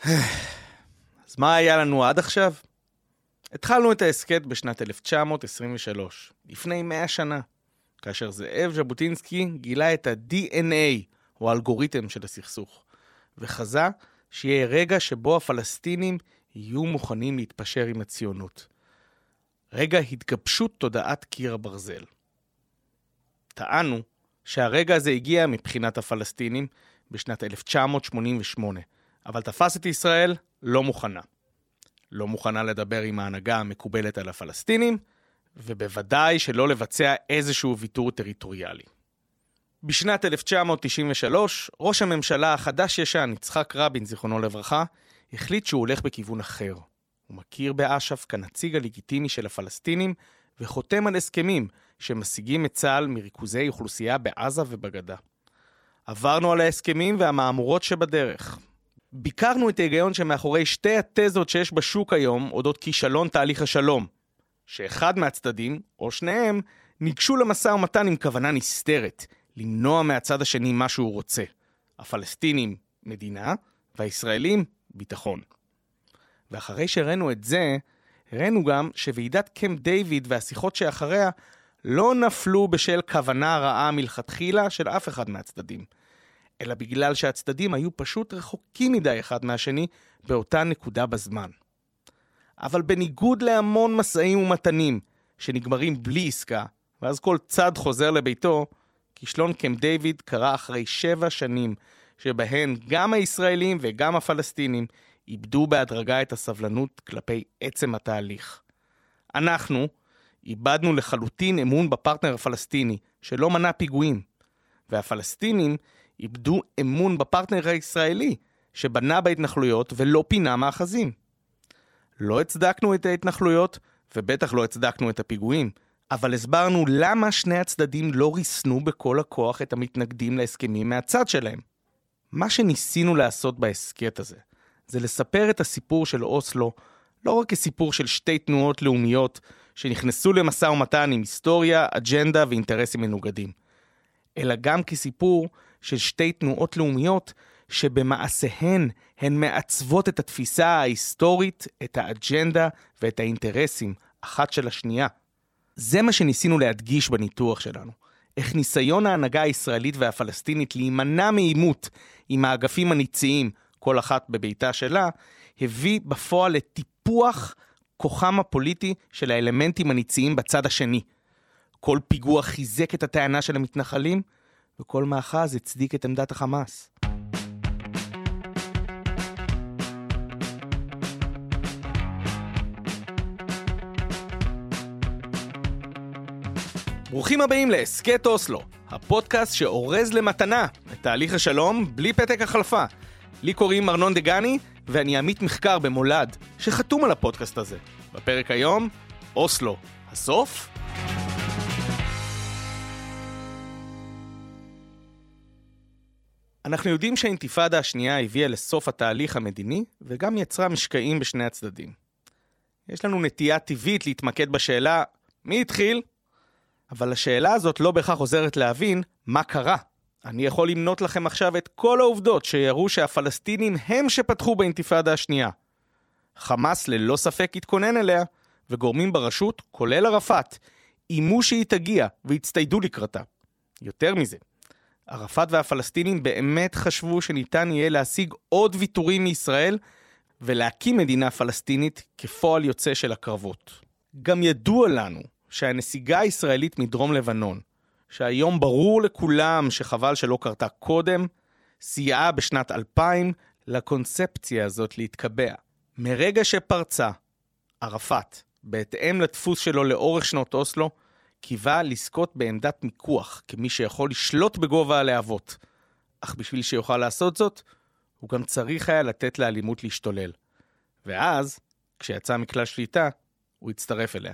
אז מה היה לנו עד עכשיו? התחלנו את העסקת בשנת 1923, לפני 100 שנה, כאשר זאב ז'בוטינסקי גילה את ה-DNA, או האלגוריתם של הסכסוך, וחזה שיהיה רגע שבו הפלסטינים יהיו מוכנים להתפשר עם הציונות. רגע התגבשות תודעת קיר הברזל. טענו שהרגע הזה הגיע מבחינת הפלסטינים בשנת 1988, אבל תפס את ישראל לא מוכנה. לא מוכנה לדבר עם ההנהגה המקובלת על הפלסטינים, ובוודאי שלא לבצע איזשהו ויתור טריטוריאלי. בשנת 1993, ראש הממשלה החדש-ישן, יצחק רבין, זיכרונו לברכה, החליט שהוא הולך בכיוון אחר. הוא מכיר באש"ף כנציג הלגיטימי של הפלסטינים, וחותם על הסכמים שמשיגים את צה"ל מריכוזי אוכלוסייה בעזה ובגדה. עברנו על ההסכמים והמאמורות שבדרך. ביקרנו את ההיגיון שמאחורי שתי התזות שיש בשוק היום, אודות כישלון תהליך השלום, שאחד מהצדדים, או שניהם, ניגשו למשא ומתן עם כוונה נסתרת, למנוע מהצד השני מה שהוא רוצה. הפלסטינים מדינה, והישראלים ביטחון. ואחרי שראינו את זה, הראינו גם שוועידת קמפ דיוויד והשיחות שאחריה לא נפלו בשל כוונה רעה מלכתחילה של אף אחד מהצדדים, אלא בגלל שהצדדים היו פשוט רחוקים מדי אחד מהשני באותה נקודה בזמן. אבל בניגוד להמון מסעים ומתנים שנגמרים בלי עסקה, ואז כל צד חוזר לביתו, כישלון קמפ דיוויד קרה אחרי 7 שנים, שבהן גם הישראלים וגם הפלסטינים איבדו בהדרגה את הסבלנות כלפי עצם התהליך. אנחנו איבדנו לחלוטין אמון בפרטנר הפלסטיני, שלא מנע פיגועים, והפלסטינים איבדו אמון בפרטנר הישראלי, שבנה בהתנחלויות ולא פינה מאחזים. לא הצדקנו את ההתנחלויות, ובטח לא הצדקנו את הפיגועים, אבל הסברנו למה שני הצדדים לא ריסנו בכל הכוח את המתנגדים להסכמים מהצד שלהם. מה שניסינו לעשות בהסקט הזה, זה לספר את הסיפור של אוסלו, לא רק כסיפור של שתי תנועות לאומיות שנכנסו למשא ומתן עם היסטוריה, אג'נדה ואינטרסים מנוגדים, אלא גם כסיפור של שתי תנועות לאומיות שבמעשיהן הן מעצבות את התפיסה ההיסטורית, את האג'נדה ואת האינטרסים, אחת של השנייה. זה מה שניסינו להדגיש בניתוח שלנו. איך ניסיון ההנהגה הישראלית והפלסטינית להימנע מעימות עם האגפים הניציים, כל אחת בביתה שלה, הביא בפועל לטיפוח כוחם הפוליטי של האלמנטים הניציים בצד השני. כל פיגוע חיזק את הטענה של המתנחלים, וכל מאחז הצדיק את עמדת החמאס. ברוכים הבאים לעסקת אוסלו, הפודקאסט שאורז למתנה את תהליך השלום בלי פתק החלפה. לי קוראים ארנון דגני, ואני עמית מחקר במולד שחתום על הפודקאסט הזה. בפרק היום, אוסלו, הסוף? אנחנו יודעים שהאינתיפאדה השנייה הביאה לסוף התהליך המדיני, וגם יצרה משקעים בשני הצדדים. יש לנו נטייה טבעית להתמקד בשאלה, מי התחיל? אבל השאלה הזאת לא בהכרח עוזרת להבין מה קרה. אני יכול למנות לכם עכשיו את כל העובדות שיראו שהפלסטינים הם שפתחו באינתיפאדה השנייה. חמאס ללא ספק התכונן אליה, וגורמים ברשות, כולל ערפאת, אימו שהיא תגיע והצטיידו לקראתה. יותר מזה, ערפאת והפלסטינים באמת חשבו שניתן יהיה להשיג עוד ויתורים מישראל, ולהקים מדינה פלסטינית כפועל יוצא של הקרבות. גם ידוע לנו שהנסיגה הישראלית מדרום לבנון, שהיום ברור לכולם שחבל שלא קרתה קודם, סייעה בשנת 2000 לקונספציה הזאת להתקבע. מרגע שפרצה, ערפאת, בהתאם לדפוס שלו לאורך שנות אוסלו, קיווה לזכות בעמדת מיקוח, כמי שיכול לשלוט בגובה הלהבות. אך בשביל שיוכל לעשות זאת, הוא גם צריך היה לתת לאלימות להשתולל. ואז, כשיצא מכלל שליטה, הוא הצטרף אליה.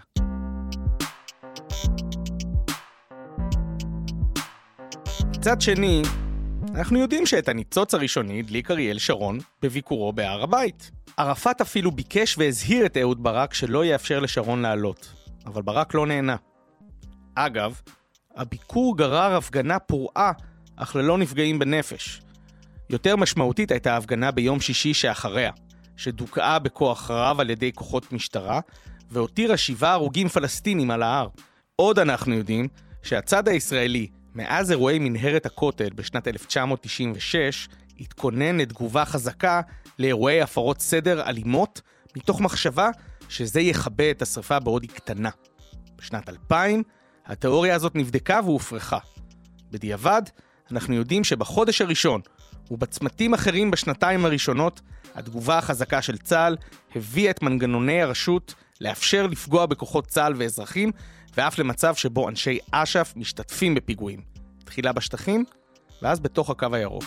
מצד שני, אנחנו יודעים שאת הניצוץ הראשוני הדליק אריאל שרון בביקורו בהר הבית. ערפאת אפילו ביקש והזהיר את אהוד ברק שלא יאפשר לשרון לעלות, אבל ברק לא נהנה. אגב, הביקור גרר הפגנה פרועה, אך ללא נפגעים בנפש. יותר משמעותית הייתה ההפגנה ביום שישי שאחריה, שדוכאה בכוח רב על ידי כוחות משטרה, והותירה 7 הרוגים פלסטינים על ההר. עוד אנחנו יודעים שהצד הישראלי, מאז אירועי מנהרת הכותל בשנת 1996, התכונן לתגובה חזקה לאירועי הפרות סדר אלימות, מתוך מחשבה שזה יכבה את השריפה בעוד היא קטנה. בשנת 2000, התיאוריה הזאת נבדקה והופרחה. בדיעבד, אנחנו יודעים שבחודש הראשון, ובצמתים אחרים בשנתיים הראשונות, התגובה החזקה של צה"ל הביאה את מנגנוני הרשות לאפשר לפגוע בכוחות צה"ל ואזרחים, ואף למצב שבו אנשי אש"ף משתתפים בפיגועים. תחילה בשטחים, ואז בתוך הקו הירוק.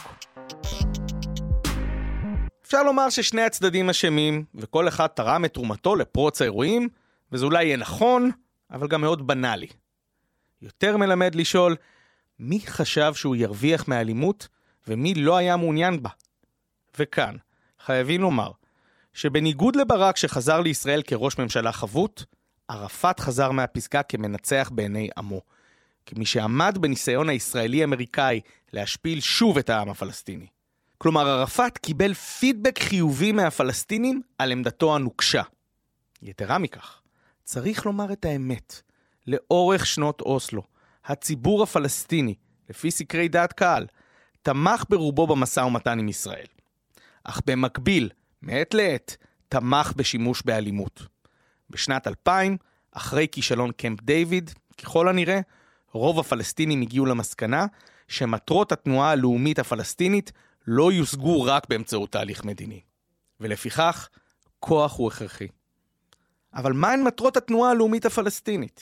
אפשר לומר ששני הצדדים אשמים, וכל אחד תרם את תרומתו לפרוץ האירועים, וזה אולי יהיה נכון, אבל גם מאוד בנאלי. יותר מלמד לשאול, מי חשב שהוא ירוויח מהאלימות, ומי לא היה מעוניין בה? וכאן, חייבים לומר, שבניגוד לברק שחזר לישראל כראש ממשלה חבוט, ערפאת חזר מהפסגה כמנצח בעיני עמו, כמי שעמד בניסיון הישראלי-אמריקאי להשפיל שוב את העם הפלסטיני. כלומר, ערפאת קיבל פידבק חיובי מהפלסטינים על עמדתו הנוקשה. יתרה מכך, צריך לומר את האמת. לאורך שנות אוסלו, הציבור הפלסטיני, לפי סקרי דעת קהל, תמך ברובו במשא ומתן עם ישראל. אך במקביל, מעת לעת, תמך בשימוש באלימות. בשנת 2000, אחרי כישלון קמפ דיוויד, ככל הנראה, רוב הפלסטינים הגיעו למסקנה שמטרות התנועה הלאומית הפלסטינית לא יושגו רק באמצעות תהליך מדיני. ולפיכך, כוח הוא הכרחי. אבל מהן מטרות התנועה הלאומית הפלסטינית?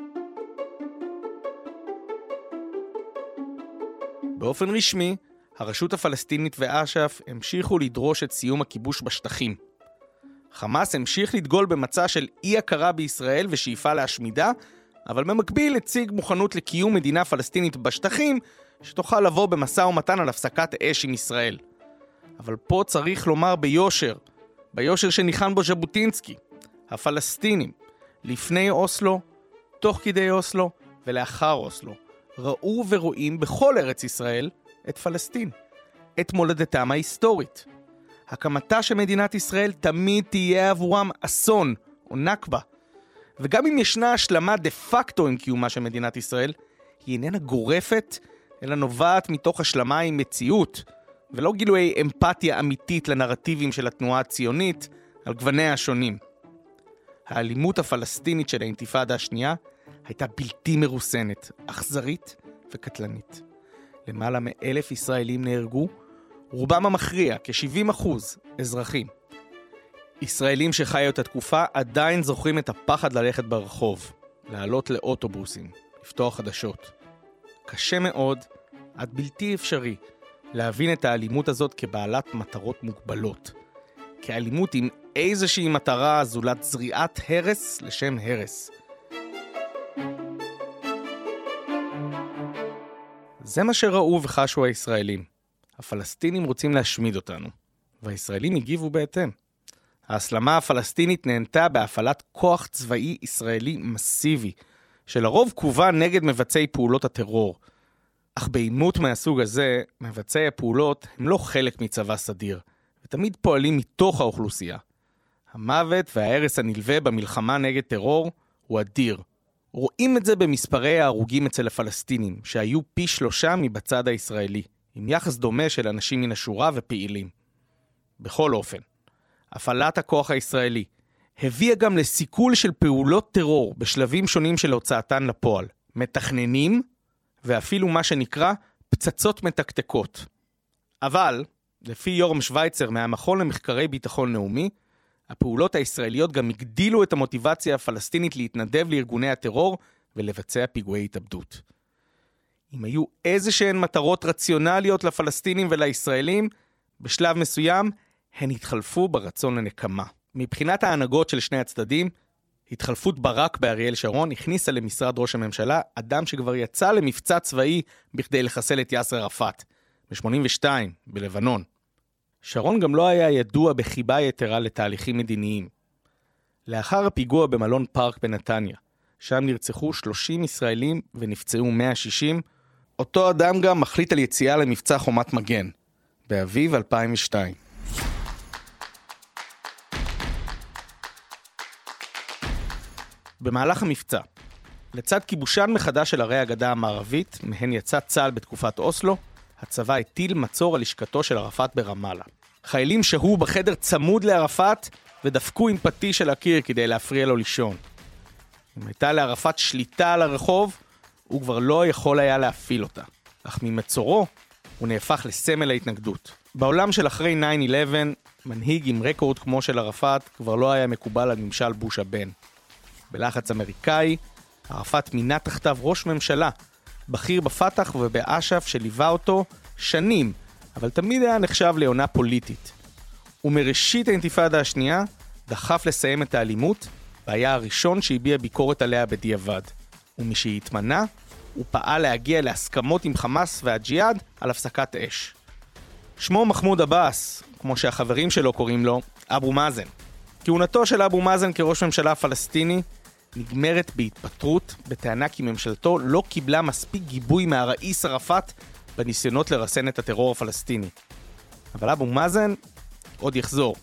באופן רשמי, הרשות הפלסטינית ואש"ף המשיכו לדרוש את סיום הכיבוש בשטחים. חמאס המשיך לדגול במצע של אי-הכרה בישראל ושאיפה להשמידה, אבל במקביל הציג מוכנות לקיום מדינה פלסטינית בשטחים, שתוכל לבוא במשא ומתן על הפסקת אש עם ישראל. אבל פה צריך לומר ביושר שניחן בו ז'בוטינסקי, הפלסטינים, לפני אוסלו, תוך כדי אוסלו ולאחר אוסלו, ראו ורואים בכל ארץ ישראל את פלסטין, את מולדתם ההיסטורית. הקמתה של מדינת ישראל תמיד תהיה עבורם אסון או נכבה. וגם אם ישנה השלמה דה פקטו עם קיומה של מדינת ישראל, היא איננה גורפת, אלא נובעת מתוך השלמה עם מציאות, ולא גילוי אמפתיה אמיתית לנרטיבים של התנועה הציונית על גווניה השונים. האלימות הפלסטינית של האינתיפאדה השנייה הייתה בלתי מרוסנת, אכזרית וקטלנית. למעלה מ1,000 ישראלים נהרגו, רובם המכריע, כ70% אזרחים. ישראלים שחיו את התקופה עדיין זוכרים את הפחד ללכת ברחוב, לעלות לאוטובוסים, לפתוח חדשות. קשה מאוד, עד בלתי אפשרי, להבין את האלימות הזאת כבעלת מטרות מוגבלות. כאלימות עם איזושהי מטרה זולת זריעת הרס לשם הרס. זה מה שראו וחשו הישראלים. הפלסטינים רוצים להשמיד אותנו, והישראלים הגיבו בהתאם. ההסלמה הפלסטינית נהנתה בהפעלת כוח צבאי ישראלי מסיבי, שלרוב כוון נגד מבצעי פעולות הטרור. אך בעימות מהסוג הזה, מבצעי הפעולות הם לא חלק מצבא סדיר, ותמיד פועלים מתוך האוכלוסייה. המוות וההרס הנלווה במלחמה נגד טרור הוא אדיר. רואים את זה במספרי ההרוגים אצל הפלסטינים, שהיו פי 3 מבצד הישראלי, עם יחס דומה של אנשים מן השורה ופעילים. בכל אופן, הפעלת הכוח הישראלי הביאה גם לסיכול של פעולות טרור בשלבים שונים של הוצאתן לפועל, מתכננים ואפילו מה שנקרא פצצות מתקתקות. אבל, לפי יורם שוויצר מהמכון למחקרי ביטחון לאומי, הפעולות הישראליות גם הגדילו את המוטיבציה הפלסטינית להתנדב לארגוני הטרור ולבצע פיגועי התאבדות. אם היו איזשהן מטרות רציונליות לפלסטינים ולישראלים, בשלב מסוים הן התחלפו ברצון לנקמה. מבחינת ההנהגות של שני הצדדים, התחלפות ברק באריאל שרון הכניסה למשרד ראש הממשלה אדם שכבר יצא למבצע צבאי בכדי לחסל את יאסר ערפאת, ב-82 בלבנון. שרון גם לא היה ידוע בחיבה יתרה לתהליכים מדיניים. לאחר הפיגוע במלון פארק בנתניה, שם נרצחו 30 ישראלים ונפצעו 160, אותו אדם גם מחליט על יציאה למבצע חומת מגן, באביב 2002. במהלך המבצע, לצד כיבושן מחדש של ערי הגדה המערבית, מהן יצא צה"ל בתקופת אוסלו, הצבא הטיל מצור על לשכתו של ערפאת ברמאללה. חיילים שהו בחדר צמוד לערפאת ודפקו עם פטיש על הקיר כדי להפריע לו לישון. אם הייתה לערפאת שליטה על הרחוב, הוא כבר לא יכול היה להפעיל אותה. אך ממצורו הוא נהפך לסמל ההתנגדות. בעולם של אחרי 9/11, מנהיג עם רקורד כמו של ערפאת כבר לא היה מקובל על ממשל בוש הבן. בלחץ אמריקאי, ערפאת מינה תחתיו ראש ממשלה, בכיר בפתח ובאש"ף שליווה אותו שנים, אבל תמיד היה נחשב לעונה פוליטית. ומראשית האינתיפאדה השנייה דחף לסיים את האלימות, והיה הראשון שהביע ביקורת עליה בדיעבד. ומשהתמנה, הוא פעל להגיע להסכמות עם חמאס והג'יהאד על הפסקת אש. שמו מחמוד עבאס, כמו שהחברים שלו קוראים לו, אבו מאזן. כהונתו של אבו מאזן כראש ממשלה פלסטיני נגמרת בהתפטרות, בטענה כי ממשלתו לא קיבלה מספיק גיבוי מהראיס ערפאת בניסיונות לרסן את הטרור הפלסטיני. אבל אבו מאזן עוד יחזור.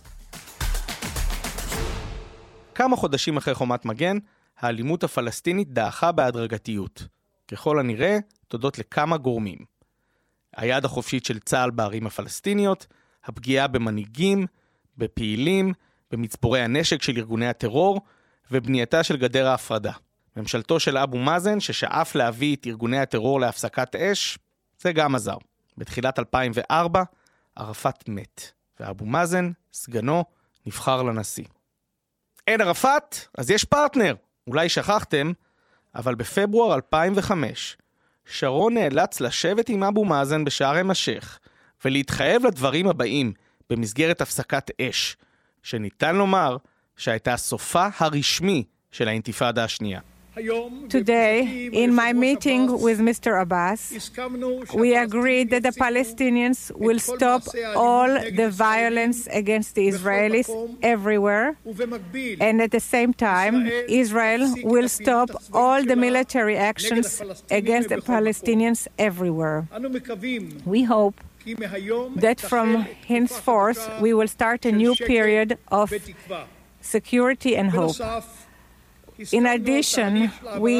כמה חודשים אחרי חומת מגן, האלימות הפלסטינית דעכה בהדרגתיות. ככל הנראה, תודות לכמה גורמים. היד החופשית של צה"ל בערים הפלסטיניות, הפגיעה במנהיגים, בפעילים, במצבורי הנשק של ארגוני הטרור, ובנייתה של גדר ההפרדה. ממשלתו של אבו מאזן, ששאף להביא את ארגוני הטרור להפסקת אש, זה גם עזר. בתחילת 2004, ערפאת מת, ואבו מאזן, סגנו, נבחר לנשיא. אין ערפאת? אז יש פרטנר. אולי שכחתם, אבל בפברואר 2005, שרון נאלץ לשבת עם אבו מאזן בשער המשך, ולהתחייב לדברים הבאים במסגרת הפסקת אש, שניתן לומר שהייתה סופה הרשמי של האינתיפאדה השנייה. Today, in my meeting with Mr. Abbas, we agreed that the Palestinians will stop all the violence against the Israelis everywhere, and at the same time, Israel will stop all the military actions against the Palestinians everywhere. We hope that from henceforth we will start a new period of security and hope. In addition, we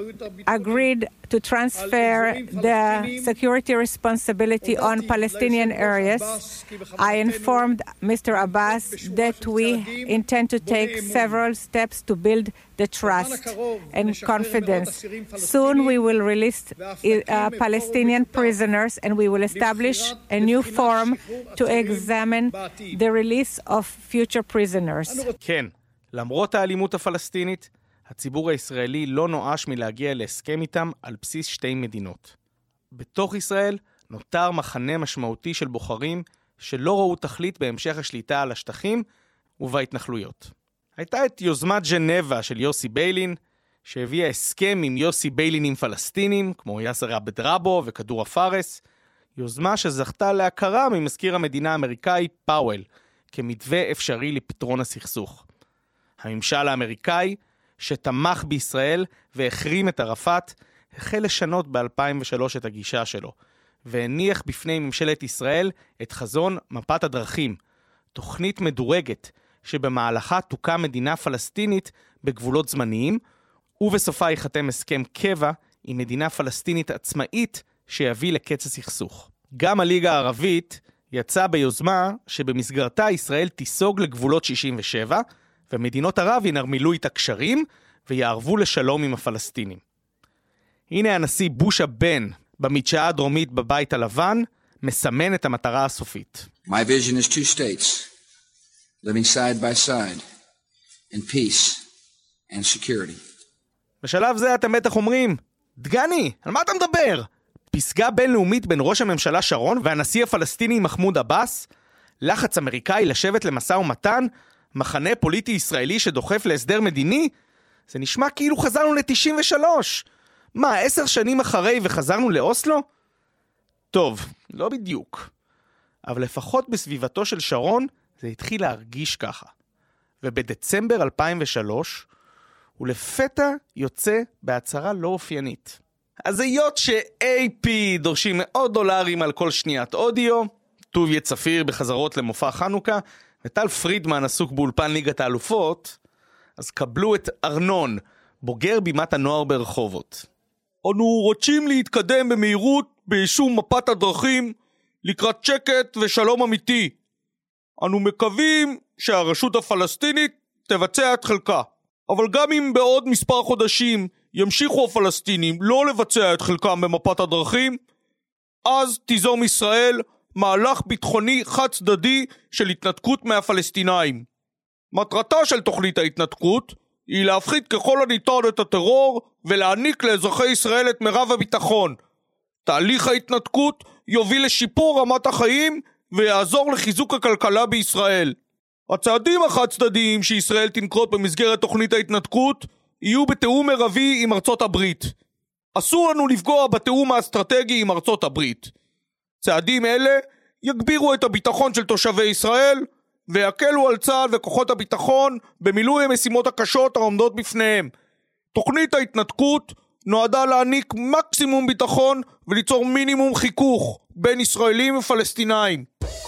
agreed to transfer the security responsibility on Palestinian areas. I informed Mr. Abbas that we intend to take several steps to build the trust and confidence. Soon we will release Palestinian prisoners and we will establish a new forum to examine the release of future prisoners. כן, למרות האלימות הפלסטינית, הציבור הישראלי לא נואש מלהגיע להסכם איתם על בסיס שתי מדינות. בתוך ישראל נותר מחנה משמעותי של בוחרים שלא ראו תכלית בהמשך השליטה על השטחים ובהתנחלויות. הייתה את יוזמת ג'נבה של יוסי ביילין, שהביאה הסכם עם יוסי ביילינים פלסטינים, כמו יאסר עבד רבו וכדור הפארס, יוזמה שזכתה להכרה ממזכיר המדינה האמריקאי פאוול, כמתווה אפשרי לפתרון הסכסוך. הממשל האמריקאי, שתמך בישראל והחרים את ערפאת, החל לשנות ב-2003 את הגישה שלו, והניח בפני ממשלת ישראל את חזון מפת הדרכים, תוכנית מדורגת שבמהלכה תוקם מדינה פלסטינית בגבולות זמניים, ובסופה ייחתם הסכם קבע עם מדינה פלסטינית עצמאית שיביא לקץ הסכסוך. גם הליגה הערבית יצאה ביוזמה שבמסגרתה ישראל תיסוג לגבולות 67, ומדינות ערב ינרמלו את הקשרים ויערבו לשלום עם הפלסטינים. הנה הנשיא בוש הבן במדשאה הדרומית בבית הלבן מסמן את המטרה הסופית. My vision is two states living side by side in peace and security. בשלב זה אתם בטח אומרים, דגני, על מה אתה מדבר? פסגה בינלאומית בין ראש הממשלה שרון והנשיא הפלסטיני מחמוד עבאס? לחץ אמריקאי לשבת למשא ומתן? מחנה פוליטי ישראלי שדוחף להסדר מדיני? זה נשמע כאילו חזרנו ל-93. מה, 10 שנים אחרי וחזרנו לאוסלו? טוב, לא בדיוק. אבל לפחות בסביבתו של שרון זה התחיל להרגיש ככה. ובדצמבר 2003 הוא לפתע יוצא בהצהרה לא אופיינית. אז היות ש-AP דורשים $100 על כל שניית אודיו, טוביה צפיר בחזרות למופע חנוכה, וטל פרידמן עסוק באולפן ליגת האלופות, אז קבלו את ארנון בוגר בימת הנוער ברחובות. אנו רוצים להתקדם במהירות ביישום מפת הדרכים לקראת שקט ושלום אמיתי. אנו מקווים שהרשות הפלסטינית תבצע את חלקה. אבל גם אם בעוד מספר חודשים ימשיכו הפלסטינים לא לבצע את חלקם במפת הדרכים, אז תיזום ישראל מהלך ביטחוני חד צדדי של התנתקות מהפלסטינאים. מטרתה של תוכנית ההתנתקות היא להפחית ככל הניתן את הטרור ולהעניק לאזרחי ישראל את מרב הביטחון. תהליך ההתנתקות יוביל לשיפור רמת החיים ויעזור לחיזוק הכלכלה בישראל. הצעדים החד צדדיים שישראל תנקוט במסגרת תוכנית ההתנתקות יהיו בתיאום מרבי עם ארצות הברית. אסור לנו לפגוע בתיאום האסטרטגי עם ארצות הברית. צעדים אלה יגבירו את הביטחון של תושבי ישראל ויקלו על צה"ל וכוחות הביטחון במילוי המשימות הקשות העומדות בפניהם. תוכנית ההתנתקות נועדה להעניק מקסימום ביטחון וליצור מינימום חיכוך בין ישראלים ופלסטינאים.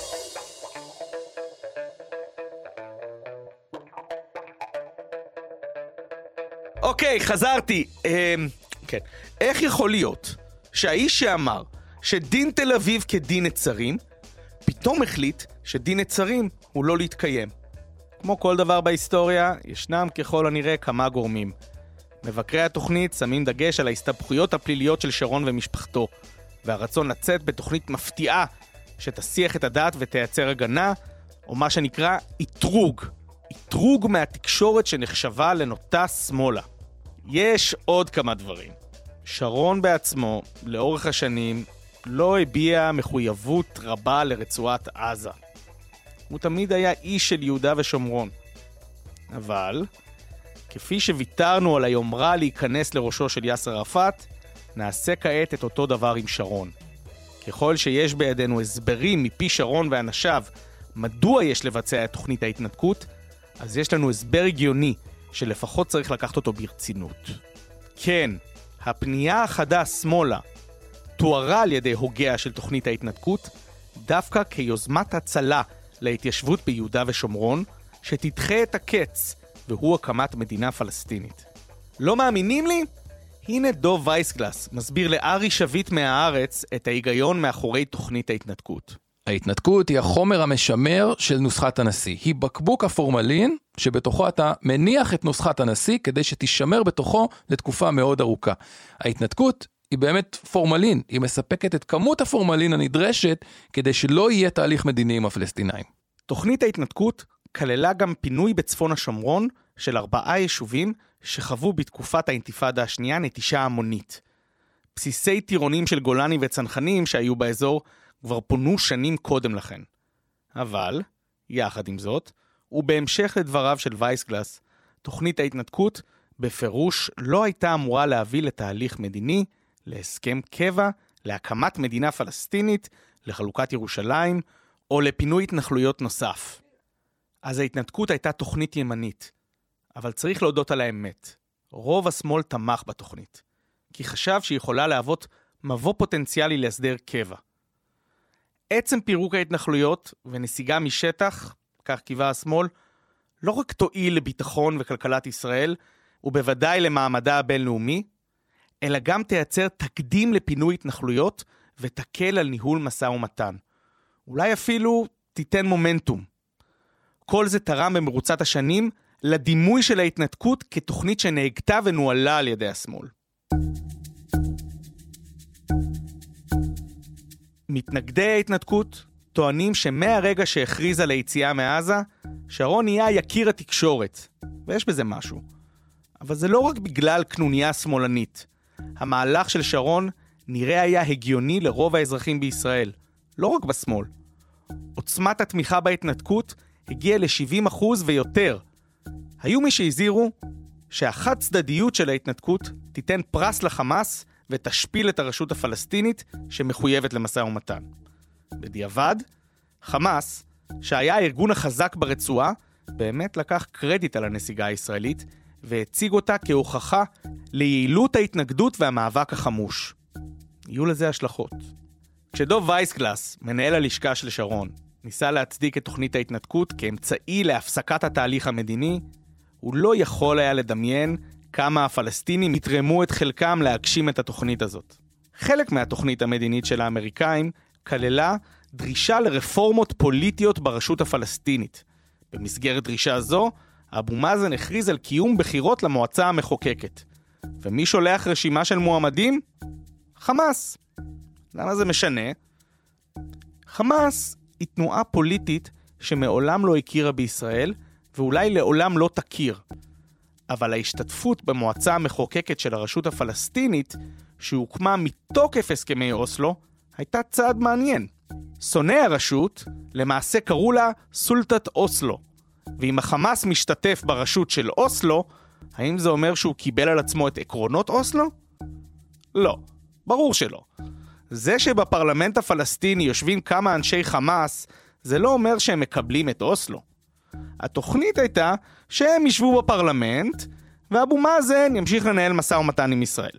אוקיי, חזרתי. כן. איך יכול להיות שהאיש שאמר שדין תל אביב כדין נצרים, פתאום החליט שדין נצרים הוא לא להתקיים? כמו כל דבר בהיסטוריה, ישנם ככל הנראה כמה גורמים. מבקרי התוכנית שמים דגש על ההסתבכויות הפליליות של שרון ומשפחתו, והרצון לצאת בתוכנית מפתיעה שתסיח את הדעת ותייצר הגנה, או מה שנקרא איתרוג מהתקשורת שנחשבה לנוטה שמאלה. יש עוד כמה דברים. שרון בעצמו, לאורך השנים, לא הביע מחויבות רבה לרצועת עזה. הוא תמיד היה איש של יהודה ושומרון. אבל, כפי שוויתרנו על היומרה להיכנס לראשו של יאסר ערפאת, נעשה כעת את אותו דבר עם שרון. ככל שיש בידינו הסברים מפי שרון ואנשיו מדוע יש לבצע את תוכנית ההתנתקות, אז יש לנו הסבר הגיוני שלפחות צריך לקחת אותו ברצינות. כן, הפנייה החדה שמאלה תוארה על ידי הוגיה של תוכנית ההתנתקות דווקא כיוזמת הצלה להתיישבות ביהודה ושומרון שתדחה את הקץ, והוא הקמת מדינה פלסטינית. לא מאמינים לי? הנה דוב וייסגלס מסביר לארי שביט מהארץ את ההיגיון מאחורי תוכנית ההתנתקות. ההתנתקות היא החומר המשמר של נוסחת הנשיא. היא בקבוק הפורמלין שבתוכו אתה מניח את נוסחת הנשיא כדי שתישמר בתוכו לתקופה מאוד ארוכה. ההתנתקות היא באמת פורמלין, היא מספקת את כמות הפורמלין הנדרשת כדי שלא יהיה תהליך מדיני עם הפלסטינאים. תוכנית ההתנתקות כללה גם פינוי בצפון השומרון של 4 יישובים שחוו בתקופת האינתיפאדה השנייה נטישה המונית. בסיסי טירונים של גולני וצנחנים שהיו באזור כבר פונו שנים קודם לכן. אבל, יחד עם זאת, ובהמשך לדבריו של וייסגלס, תוכנית ההתנתקות בפירוש לא הייתה אמורה להביא לתהליך מדיני, להסכם קבע, להקמת מדינה פלסטינית, לחלוקת ירושלים, או לפינוי התנחלויות נוסף. אז ההתנתקות הייתה תוכנית ימנית. אבל צריך להודות על האמת. רוב השמאל תמך בתוכנית, כי חשב שהיא יכולה להוות מבוא פוטנציאלי להסדר קבע. עצם פירוק ההתנחלויות ונסיגה משטח, כך קיווה השמאל, לא רק תועיל לביטחון וכלכלת ישראל, ובוודאי למעמדה הבינלאומי, אלא גם תייצר תקדים לפינוי התנחלויות ותקל על ניהול משא ומתן. אולי אפילו תיתן מומנטום. כל זה תרם במרוצת השנים לדימוי של ההתנתקות כתוכנית שנהגתה ונועלה על ידי השמאל. מתנגדי ההתנתקות טוענים שמהרגע שהכריז על היציאה מעזה, שרון נהיה יקיר התקשורת, ויש בזה משהו. אבל זה לא רק בגלל קנוניה שמאלנית. המהלך של שרון נראה היה הגיוני לרוב האזרחים בישראל, לא רק בשמאל. עוצמת התמיכה בהתנתקות הגיעה ל-70% ויותר. היו מי שהזהירו שהחד צדדיות של ההתנתקות תיתן פרס לחמאס ותשפיל את הרשות הפלסטינית שמחויבת למשא ומתן. בדיעבד, חמאס, שהיה הארגון החזק ברצועה, באמת לקח קרדיט על הנסיגה הישראלית והציג אותה כהוכחה ליעילות ההתנגדות והמאבק החמוש. יהיו לזה השלכות. כשדוב וייסגלס, מנהל הלשכה של שרון, ניסה להצדיק את תוכנית ההתנתקות כאמצעי להפסקת התהליך המדיני, הוא לא יכול היה לדמיין כמה הפלסטינים יתרמו את חלקם להגשים את התוכנית הזאת. חלק מהתוכנית המדינית של האמריקאים כללה דרישה לרפורמות פוליטיות ברשות הפלסטינית. במסגרת דרישה זו, אבו מאזן הכריז על קיום בחירות למועצה המחוקקת. ומי שולח רשימה של מועמדים? חמאס. למה זה משנה? חמאס היא תנועה פוליטית שמעולם לא הכירה בישראל, ואולי לעולם לא תכיר. אבל ההשתתפות במועצה המחוקקת של הרשות הפלסטינית, שהוקמה מתוקף הסכמי אוסלו, הייתה צעד מעניין. שונאי הרשות למעשה קראו לה סולטת אוסלו. ואם החמאס משתתף ברשות של אוסלו, האם זה אומר שהוא קיבל על עצמו את עקרונות אוסלו? לא, ברור שלא. זה שבפרלמנט הפלסטיני יושבים כמה אנשי חמאס, זה לא אומר שהם מקבלים את אוסלו. התוכנית הייתה שהם ישבו בפרלמנט, ואבו מאזן ימשיך לנהל משא ומתן עם ישראל.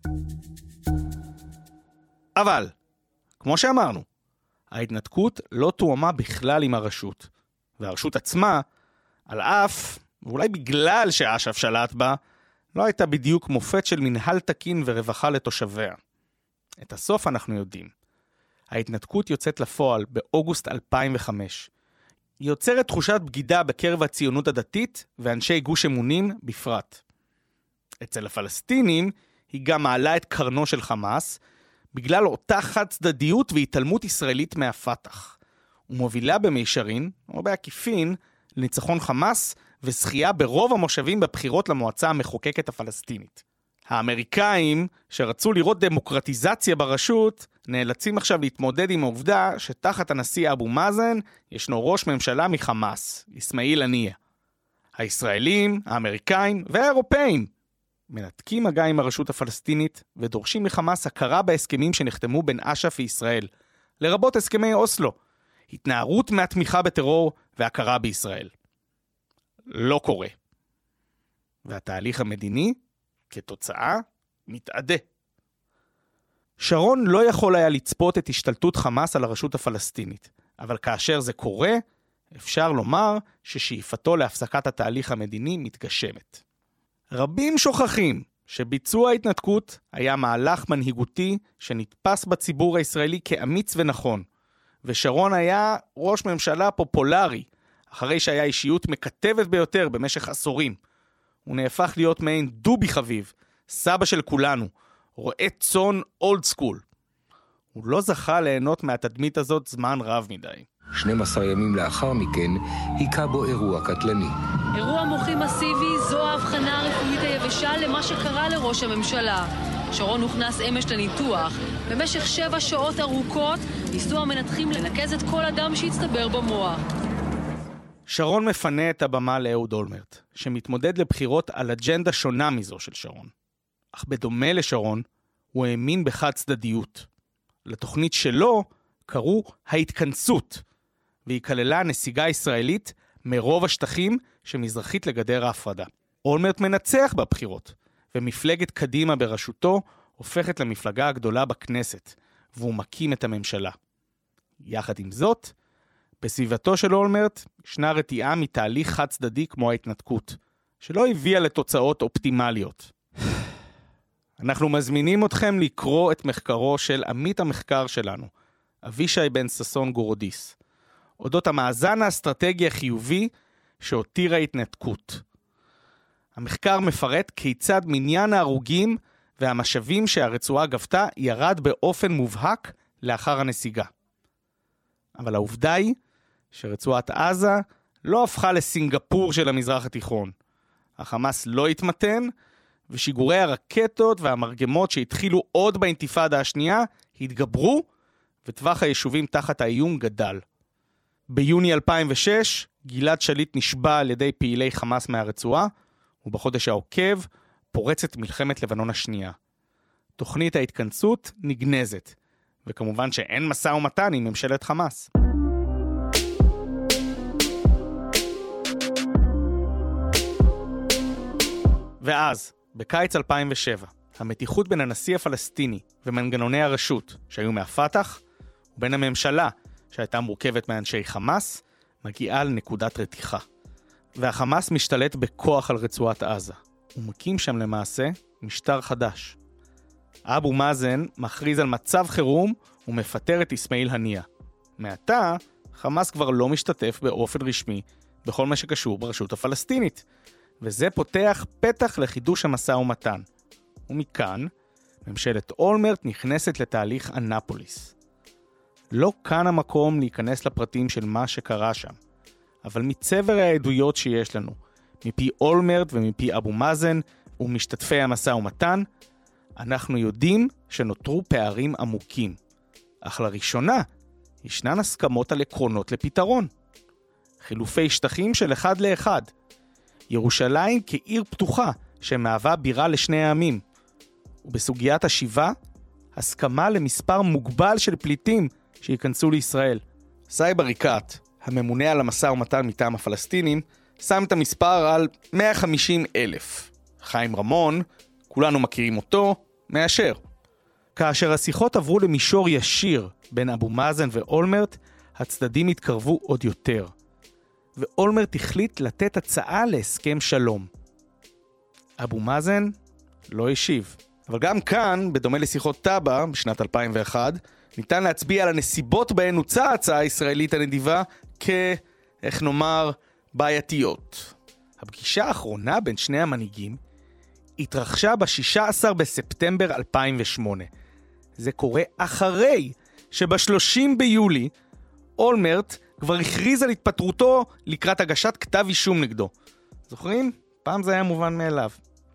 אבל, כמו שאמרנו, ההתנתקות לא תואמה בכלל עם הרשות. והרשות עצמה, על אף, ואולי בגלל שאש"ף שלט בה, לא הייתה בדיוק מופת של מנהל תקין ורווחה לתושביה. את הסוף אנחנו יודעים. ההתנתקות יוצאת לפועל באוגוסט 2005. היא יוצרת תחושת בגידה בקרב הציונות הדתית ואנשי גוש אמונים בפרט. אצל הפלסטינים היא גם מעלה את קרנו של חמאס, בגלל אותה חד צדדיות והתעלמות ישראלית מהפתח. ומובילה במישרין, או בעקיפין, לניצחון חמאס וזכייה ברוב המושבים בבחירות למועצה המחוקקת הפלסטינית. האמריקאים, שרצו לראות דמוקרטיזציה ברשות, נאלצים עכשיו להתמודד עם העובדה שתחת הנשיא אבו מאזן ישנו ראש ממשלה מחמאס, אסמאעיל הנייה. הישראלים, האמריקאים והאירופאים מנתקים מגע עם הרשות הפלסטינית ודורשים מחמאס הכרה בהסכמים שנחתמו בין אש"ף וישראל, לרבות הסכמי אוסלו, התנערות מהתמיכה בטרור והכרה בישראל. לא קורה. והתהליך המדיני, כתוצאה, מתעדה. שרון לא יכול היה לצפות את השתלטות חמאס על הרשות הפלסטינית, אבל כאשר זה קורה, אפשר לומר ששאיפתו להפסקת התהליך המדיני מתגשמת. רבים שוכחים שביצוע ההתנתקות היה מהלך מנהיגותי שנתפס בציבור הישראלי כאמיץ ונכון, ושרון היה ראש ממשלה פופולרי, אחרי שהיה אישיות מקטבת ביותר במשך עשורים. הוא נהפך להיות מעין דובי חביב, סבא של כולנו, רואה צאן אולד סקול. הוא לא זכה ליהנות מהתדמית הזאת זמן רב מדי. 12 ימים לאחר מכן היכה בו אירוע קטלני. אירוע מוחי מסיבי, זו ההבחנה הרפואית היבשה למה שקרה לראש הממשלה. שרון הוכנס אמש לניתוח. במשך 7 שעות ארוכות ניסו המנתחים לנקז את כל אדם שהצטבר במוח. שרון מפנה את הבמה לאהוד אולמרט, שמתמודד לבחירות על אג'נדה שונה מזו של שרון. אך בדומה לשרון, הוא האמין בחד צדדיות. לתוכנית שלו קראו ההתכנסות, והיא כללה נסיגה ישראלית מרוב השטחים שמזרחית לגדר ההפרדה. אולמרט מנצח בבחירות, ומפלגת קדימה בראשותו הופכת למפלגה הגדולה בכנסת, והוא מקים את הממשלה. יחד עם זאת, בסביבתו של אולמרט ישנה רתיעה מתהליך חד צדדי כמו ההתנתקות, שלא הביאה לתוצאות אופטימליות. אנחנו מזמינים אתכם לקרוא את מחקרו של עמית המחקר שלנו, אבישי בן ששון גורודיס, אודות המאזן האסטרטגי החיובי שהותיר ההתנתקות. המחקר מפרט כיצד מניין ההרוגים והמשאבים שהרצועה גבתה ירד באופן מובהק לאחר הנסיגה. אבל העובדה היא שרצועת עזה לא הפכה לסינגפור של המזרח התיכון. החמאס לא התמתן, ושיגורי הרקטות והמרגמות שהתחילו עוד באינתיפאדה השנייה התגברו, וטווח היישובים תחת האיום גדל. ביוני 2006 גלעד שליט נשבע על ידי פעילי חמאס מהרצועה, ובחודש העוקב פורצת מלחמת לבנון השנייה. תוכנית ההתכנסות נגנזת, וכמובן שאין משא ומתן עם ממשלת חמאס. ואז, בקיץ 2007, המתיחות בין הנשיא הפלסטיני ומנגנוני הרשות שהיו מהפתח, ובין הממשלה שהייתה מורכבת מאנשי חמאס, מגיעה לנקודת רתיחה. והחמאס משתלט בכוח על רצועת עזה. הוא מקים שם למעשה משטר חדש. אבו מאזן מכריז על מצב חירום ומפטר את אסמאעיל הנייה. מעתה, חמאס כבר לא משתתף באופן רשמי בכל מה שקשור ברשות הפלסטינית, וזה פותח פתח לחידוש המשא ומתן. ומכאן, ממשלת אולמרט נכנסת לתהליך אנאפוליס. לא כאן המקום להיכנס לפרטים של מה שקרה שם, אבל מצבר העדויות שיש לנו, מפי אולמרט ומפי אבו מאזן ומשתתפי המשא ומתן, אנחנו יודעים שנותרו פערים עמוקים. אך לראשונה, ישנן הסכמות על עקרונות לפתרון. חילופי שטחים של אחד לאחד. ירושלים כעיר פתוחה שמהווה בירה לשני העמים. ובסוגיית השיבה, הסכמה למספר מוגבל של פליטים שיכנסו לישראל. סאיב עריקאת, הממונה על המשא ומתן מטעם הפלסטינים, שם את המספר על 150,000. חיים רמון, כולנו מכירים אותו, מאשר. כאשר השיחות עברו למישור ישיר בין אבו מאזן ואולמרט, הצדדים התקרבו עוד יותר. ואולמרט החליט לתת הצעה להסכם שלום. אבו מאזן לא השיב. אבל גם כאן, בדומה לשיחות טאבה בשנת 2001, ניתן להצביע על הנסיבות בהן הוצעה ההצעה הישראלית הנדיבה איך נאמר, בעייתיות. הפגישה האחרונה בין שני המנהיגים התרחשה ב-16 בספטמבר 2008. זה קורה אחרי שב-30 ביולי אולמרט כבר הכריז על התפטרותו לקראת הגשת כתב אישום נגדו. זוכרים? פעם זה היה מובן מאליו.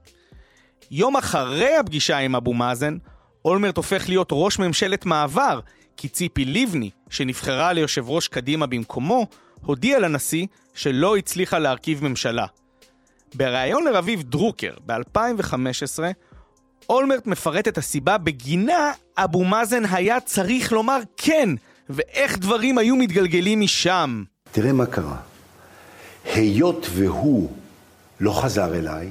יום אחרי הפגישה עם אבו מאזן, אולמרט הופך להיות ראש ממשלת מעבר, כי ציפי ליבני, שנבחרה ליושב ראש קדימה במקומו, הודיע לנשיא שלא הצליחה להרכיב ממשלה. בריאיון לרביב דרוקר ב-2015, אולמרט מפרט את הסיבה בגינה אבו מאזן היה צריך לומר כן, ואיך דברים היו מתגלגלים משם. תראה מה קרה. היות והוא לא חזר אליי,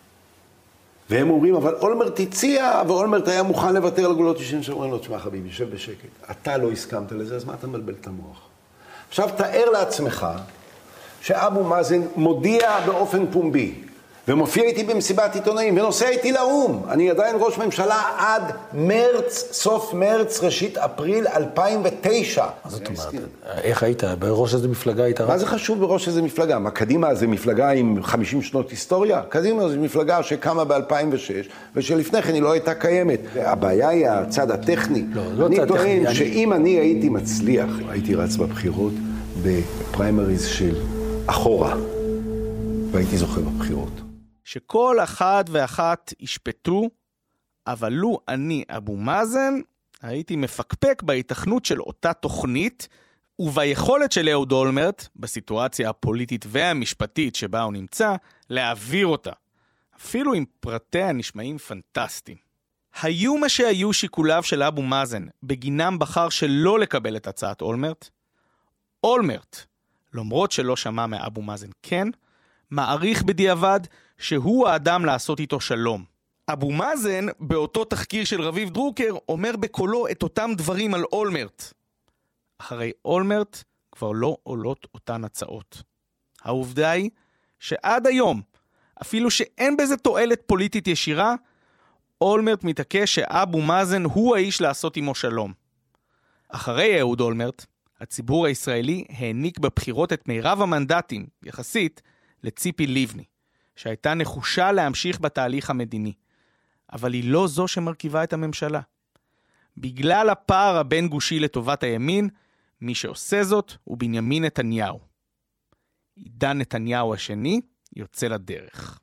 והם אומרים, אבל אולמרט הציע, ואולמרט היה מוכן לוותר על גבולות 90, שאומרים לו, תשמע חביבי, יושב בשקט. אתה לא הסכמת לזה, אז מה אתה מבלבל את המוח? עכשיו תאר לעצמך שאבו מאזן מודיע באופן פומבי, ומופיע איתי במסיבת עיתונאים, ונוסע איתי לאום. אני עדיין ראש ממשלה עד מרץ, סוף מרץ, ראשית אפריל 2009. מה זאת אומרת? איך היית? בראש איזה מפלגה היית? מה זה חשוב בראש איזה מפלגה? מה, קדימה זה מפלגה עם 50 שנות היסטוריה? קדימה זה מפלגה שקמה ב-2006, ושלפני כן היא לא הייתה קיימת. הבעיה היא הצד הטכני. אני טוען שאם אני הייתי מצליח, הייתי רץ בבחירות בפריימריז של אחורה, והייתי זוכה בבחירות. שכל אחד ואחת ישפטו, אבל לו אני אבו מאזן, הייתי מפקפק בהיתכנות של אותה תוכנית, וביכולת של אהוד אולמרט, בסיטואציה הפוליטית והמשפטית שבה הוא נמצא, להעביר אותה. אפילו עם פרטיה נשמעים פנטסטיים. היו מה שהיו שיקוליו של אבו מאזן, בגינם בחר שלא לקבל את הצעת אולמרט. אולמרט, למרות שלא שמע מאבו מאזן כן, מעריך בדיעבד שהוא האדם לעשות איתו שלום. אבו מאזן, באותו תחקיר של רביב דרוקר, אומר בקולו את אותם דברים על אולמרט. אחרי אולמרט כבר לא עולות אותן הצעות. העובדה היא שעד היום, אפילו שאין בזה תועלת פוליטית ישירה, אולמרט מתעקש שאבו מאזן הוא האיש לעשות עמו שלום. אחרי אהוד אולמרט, הציבור הישראלי העניק בבחירות את מירב המנדטים, יחסית, לציפי ליבני, שהייתה נחושה להמשיך בתהליך המדיני. אבל היא לא זו שמרכיבה את הממשלה. בגלל הפער הבין גושי לטובת הימין, מי שעושה זאת הוא בנימין נתניהו. עידן נתניהו השני יוצא לדרך.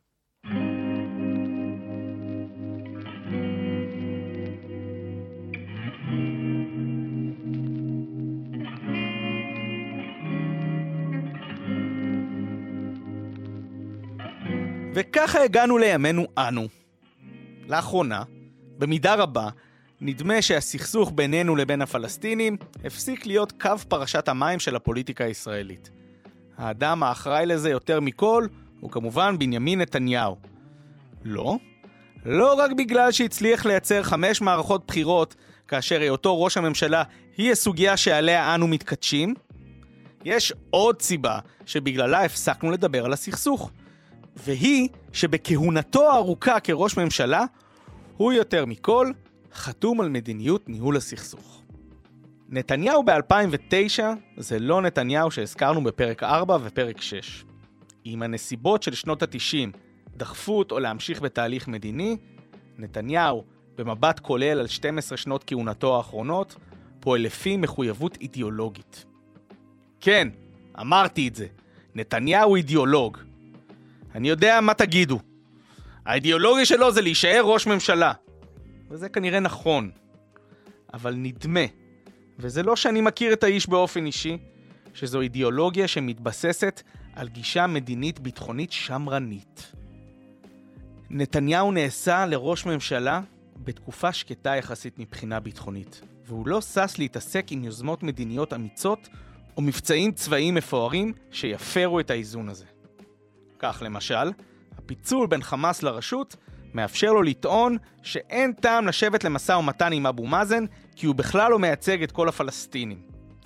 וככה הגענו לימינו אנו. לאחרונה, במידה רבה, נדמה שהסכסוך בינינו לבין הפלסטינים הפסיק להיות קו פרשת המים של הפוליטיקה הישראלית. האדם האחראי לזה יותר מכל הוא כמובן בנימין נתניהו. לא רק בגלל שהצליח לייצר 5 מערכות בחירות כאשר היותו ראש הממשלה היא הסוגיה שעליה אנו מתקדשים, יש עוד סיבה שבגללה הפסקנו לדבר על הסכסוך. והיא שבכהונתו הארוכה כראש ממשלה, הוא יותר מכל חתום על מדיניות ניהול הסכסוך. נתניהו ב-2009 זה לא נתניהו שהזכרנו בפרק 4 ופרק 6. אם הנסיבות של שנות ה-90 דחפו אותו להמשיך בתהליך מדיני, נתניהו, במבט כולל על 12 שנות כהונתו האחרונות, פועל לפי מחויבות אידיאולוגית. כן, אמרתי את זה. נתניהו אידיאולוג. אני יודע מה תגידו. האידיאולוגיה שלו זה להישאר ראש ממשלה. וזה כנראה נכון. אבל נדמה, וזה לא שאני מכיר את האיש באופן אישי, שזו אידיאולוגיה שמתבססת על גישה מדינית ביטחונית שמרנית. נתניהו נעשה לראש ממשלה בתקופה שקטה יחסית מבחינה ביטחונית, והוא לא סס להתעסק עם יוזמות מדיניות אמיצות או מבצעים צבאיים מפוארים שיפרו את האיזון הזה. כך למשל, הפיצול בין חמאס לרשות מאפשר לו לטעון שאין טעם לשבת למשא ומתן עם אבו מאזן כי הוא בכלל לא מייצג את כל הפלסטינים.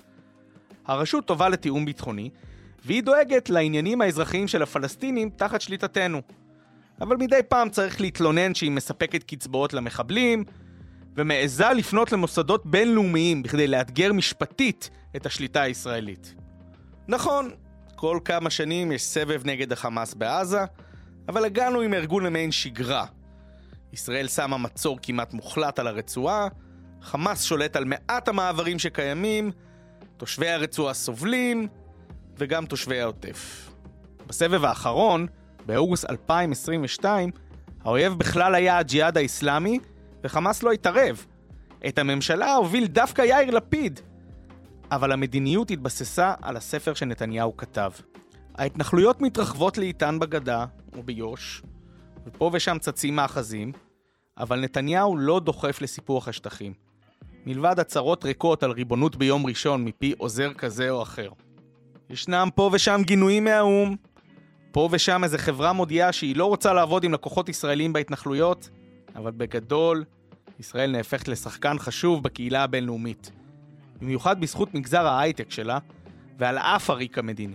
הרשות טובה לתיאום ביטחוני, והיא דואגת לעניינים האזרחיים של הפלסטינים תחת שליטתנו. אבל מדי פעם צריך להתלונן שהיא מספקת קצבאות למחבלים, ומעזה לפנות למוסדות בינלאומיים בכדי לאתגר משפטית את השליטה הישראלית. נכון, כל כמה שנים יש סבב נגד החמאס בעזה, אבל הגענו עם ארגון למעין שגרה. ישראל שמה מצור כמעט מוחלט על הרצועה, חמאס שולט על מעט המעברים שקיימים, תושבי הרצועה סובלים, וגם תושבי העוטף. בסבב האחרון, באוגוסט 2022, האויב בכלל היה הג'יהאד האסלאמי, וחמאס לא התערב. את הממשלה הוביל דווקא יאיר לפיד. אבל המדיניות התבססה על הספר שנתניהו כתב. ההתנחלויות מתרחבות לאיתן בגדה וביוש, ופה ושם צצים מאחזים, אבל נתניהו לא דוחף לסיפוח השטחים. מלבד הצהרות ריקות על ריבונות ביום ראשון מפי עוזר כזה או אחר. ישנם פה ושם גינויים מהאום, פה ושם איזה חברה מודיעה שהיא לא רוצה לעבוד עם לקוחות ישראלים בהתנחלויות, אבל בגדול, ישראל נהפכת לשחקן חשוב בקהילה הבינלאומית. במיוחד בזכות מגזר ההייטק שלה, ועל אף הריק המדיני.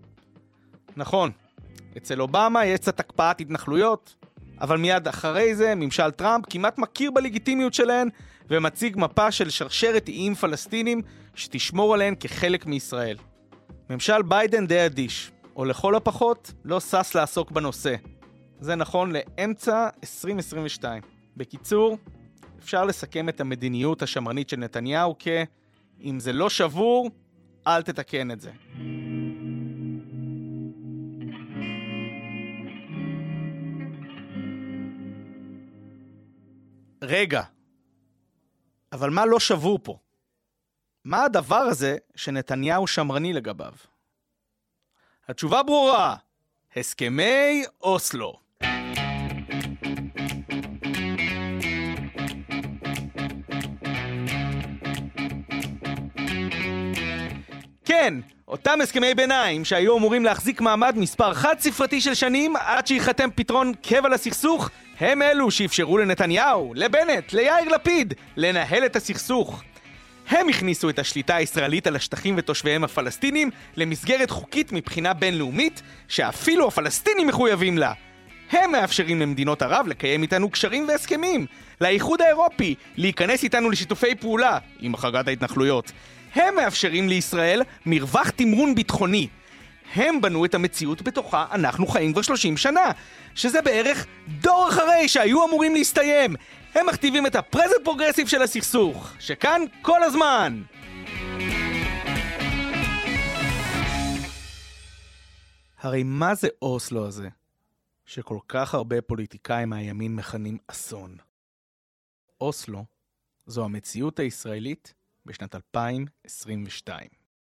נכון, אצל אובמה יש קצת הקפאת התנחלויות, אבל מיד אחרי זה ממשל טראמפ כמעט מכיר בלגיטימיות שלהן, ומציג מפה של שרשרת איים פלסטינים שתשמור עליהן כחלק מישראל. ממשל ביידן די אדיש, או לכל הפחות לא סס לעסוק בנושא. זה נכון לאמצע 2022. בקיצור, אפשר לסכם את המדיניות השמרנית של נתניהו אם זה לא שבור, אל תתקן את זה. רגע, אבל מה לא שבור פה? מה הדבר הזה שנתניהו שמרני לגביו? התשובה ברורה, הסכמי אוסלו. כן, אותם הסכמי ביניים שהיו אמורים להחזיק מעמד מספר חד ספרתי של שנים עד שיחתם פתרון קבע לסכסוך, הם אלו שאפשרו לנתניהו, לבנט, ליאיר לפיד, לנהל את הסכסוך. הם הכניסו את השליטה הישראלית על השטחים ותושביהם הפלסטינים למסגרת חוקית מבחינה בינלאומית שאפילו הפלסטינים מחויבים לה. הם מאפשרים למדינות ערב לקיים איתנו קשרים והסכמים, לאיחוד האירופי להיכנס איתנו לשיתופי פעולה עם החרגת ההתנחלויות. הם מאפשרים לישראל מרווח תמרון ביטחוני. הם בנו את המציאות בתוכה אנחנו חיים כבר 30 שנה, שזה בערך דור אחרי שהיו אמורים להסתיים. הם מכתיבים את הפרזנט פרוגרסיב של הסכסוך, שכאן כל הזמן. הרי מה זה אוסלו הזה, שכל כך הרבה פוליטיקאים מהימין מכנים אסון? אוסלו זו המציאות הישראלית בשנת 2022.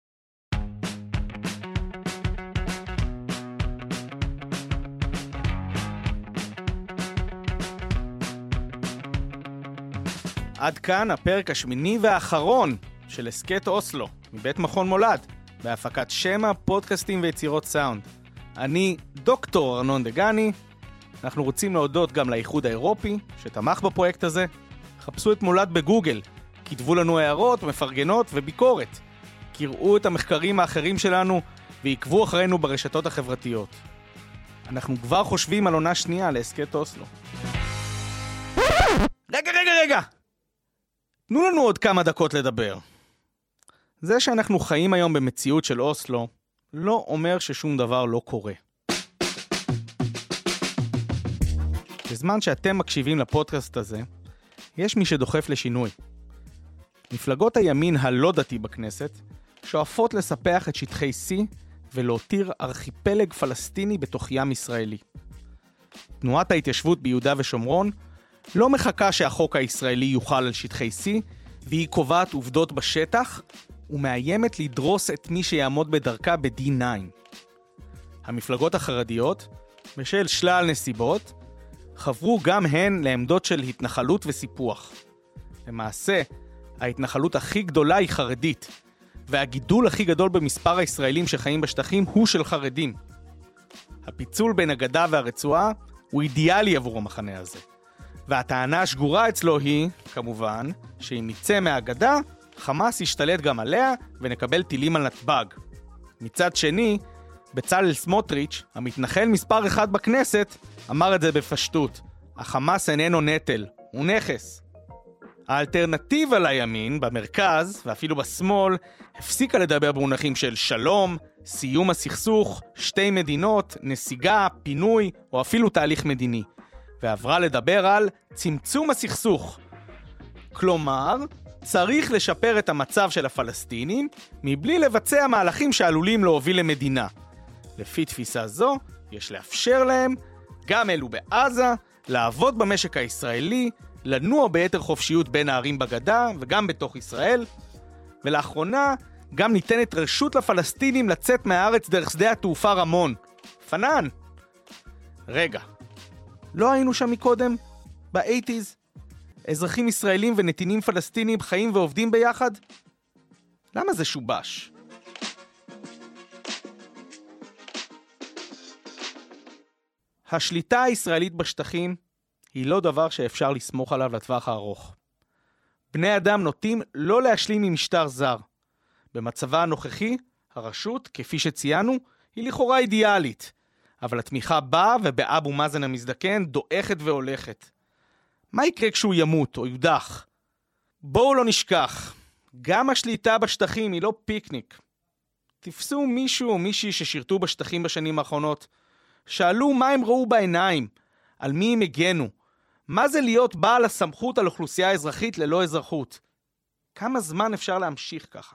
עד כאן הפרק השמיני והאחרון של הסקט אוסלו, מבית מכון מולד, בהפקת שמה, פודקאסטים ויצירות סאונד. אני דוקטור ארנון דגני. אנחנו רוצים להודות גם לאיחוד האירופי שתמך בפרויקט הזה. חפשו את מולד בגוגל, כתבו לנו הערות, מפרגנות וביקורת. קראו את המחקרים האחרים שלנו ועקבו אחרינו ברשתות החברתיות. אנחנו כבר חושבים על עונה שנייה להסכת אוסלו. רגע! תנו לנו עוד כמה דקות לדבר. זה שאנחנו חיים היום במציאות של אוסלו, לא אומר ששום דבר לא קורה. בזמן שאתם מקשיבים לפודקאסט הזה, יש מי שדוחף לשינוי. מפלגות הימין הלא דתי בכנסת שואפות לספח את שטחי C ולהותיר ארכיפלג פלסטיני בתוך ים ישראלי. תנועת ההתיישבות ביהודה ושומרון לא מחכה שהחוק הישראלי יוחל על שטחי C, והיא קובעת עובדות בשטח ומאיימת לדרוס את מי שיעמוד בדרכה ב-D9. המפלגות החרדיות, בשל שלל נסיבות, חברו גם הן לעמדות של התנחלות וסיפוח. למעשה, ההתנחלות הכי גדולה היא חרדית, והגידול הכי גדול במספר הישראלים שחיים בשטחים הוא של חרדים. הפיצול בין הגדה והרצועה הוא אידיאלי עבור המחנה הזה. והטענה השגורה אצלו היא, כמובן, שאם נצא מהגדה, חמאס ישתלט גם עליה ונקבל טילים על נתב"ג. מצד שני, בצלאל סמוטריץ', המתנחל מספר 1 בכנסת, אמר את זה בפשטות. החמאס איננו נטל, הוא נכס. האלטרנטיבה לימין, במרכז ואפילו בשמאל, הפסיקה לדבר במונחים של שלום, סיום הסכסוך, שתי מדינות, נסיגה, פינוי או אפילו תהליך מדיני, ועברה לדבר על צמצום הסכסוך. כלומר, צריך לשפר את המצב של הפלסטינים מבלי לבצע מהלכים שעלולים להוביל למדינה. לפי תפיסה זו, יש לאפשר להם, גם אלו בעזה, לעבוד במשק הישראלי, לנוע ביתר חופשיות בין הערים בגדה וגם בתוך ישראל, ולאחרונה גם ניתנת רשות לפלסטינים לצאת מהארץ דרך שדה התעופה רמון. פנן! רגע, לא היינו שם מקודם? ב-80s? אזרחים ישראלים ונתינים פלסטינים חיים ועובדים ביחד? למה זה שובש? השליטה הישראלית בשטחים היא לא דבר שאפשר לסמוך עליו לטווח הארוך. בני אדם נוטים לא להשלים עם משטר זר. במצבה הנוכחי, הרשות, כפי שציינו, היא לכאורה אידיאלית, אבל התמיכה בה ובאבו מאזן המזדקן דועכת והולכת. מה יקרה כשהוא ימות או יודח? בואו לא נשכח, גם השליטה בשטחים היא לא פיקניק. תפסו מישהו או מישהי ששירתו בשטחים בשנים האחרונות, שאלו מה הם ראו בעיניים, על מי הם הגנו, מה זה להיות בעל הסמכות על אוכלוסייה אזרחית ללא אזרחות. כמה זמן אפשר להמשיך ככה?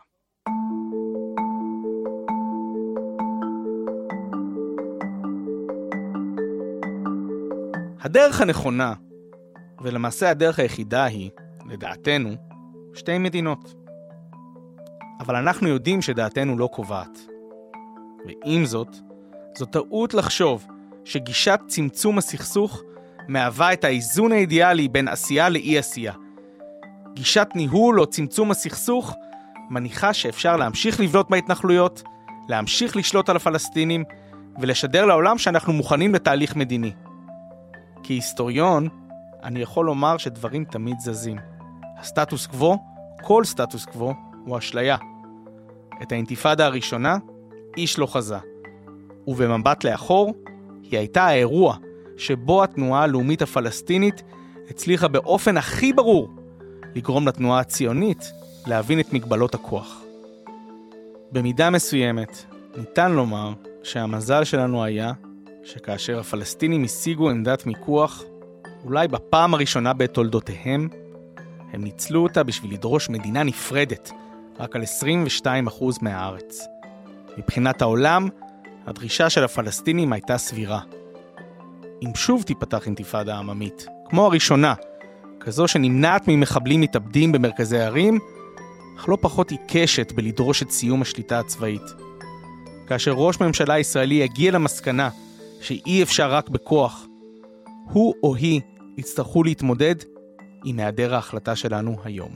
הדרך הנכונה, ולמעשה הדרך היחידה היא, לדעתנו, שתי מדינות. אבל אנחנו יודעים שדעתנו לא קובעת. ועם זאת, זו טעות לחשוב שגישת צמצום הסכסוך מהווה את האיזון האידיאלי בין עשייה לאי עשייה. גישת ניהול או צמצום הסכסוך מניחה שאפשר להמשיך לבנות בהתנחלויות, להמשיך לשלוט על הפלסטינים ולשדר לעולם שאנחנו מוכנים לתהליך מדיני. כהיסטוריון, אני יכול לומר שדברים תמיד זזים. הסטטוס קוו, כל סטטוס קוו, הוא אשליה. את האינתיפאדה הראשונה, איש לא חזה. ובמבט לאחור, היא הייתה האירוע שבו התנועה הלאומית הפלסטינית הצליחה באופן הכי ברור לגרום לתנועה הציונית להבין את מגבלות הכוח. במידה מסוימת, ניתן לומר שהמזל שלנו היה שכאשר הפלסטינים השיגו עמדת מיקוח, אולי בפעם הראשונה בתולדותיהם, הם ניצלו אותה בשביל לדרוש מדינה נפרדת, רק על 22% מהארץ. מבחינת העולם, הדרישה של הפלסטינים הייתה סבירה. אם שוב תיפתח אינתיפאדה עממית, כמו הראשונה, כזו שנמנעת ממחבלים מתאבדים במרכזי ערים, אך לא פחות עיקשת בלדרוש את סיום השליטה הצבאית. כאשר ראש ממשלה ישראלי יגיע למסקנה שאי אפשר רק בכוח, הוא או היא יצטרכו להתמודד עם היעדר ההחלטה שלנו היום.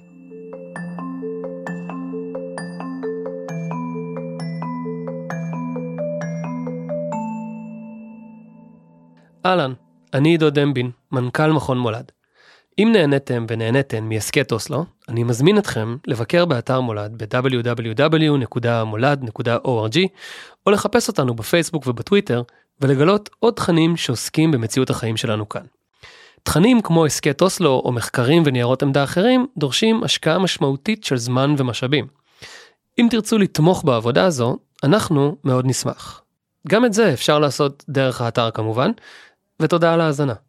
אהלן, אני עידו דמבין, מנכ"ל מכון מולד. אם נהניתם ונהניתן מהסכת אוסלו, אני מזמין אתכם לבקר באתר מולד ב-www.molad.org או לחפש אותנו בפייסבוק ובטוויטר ולגלות עוד תכנים שעוסקים במציאות החיים שלנו כאן. תכנים כמו הסקט אוסלו או מחקרים וניירות עמדה אחרים דורשים השקעה משמעותית של זמן ומשאבים. אם תרצו לתמוך בעבודה הזו, אנחנו מאוד נשמח. גם את זה אפשר לעשות דרך האתר כמובן, ותודה על ההאזנה.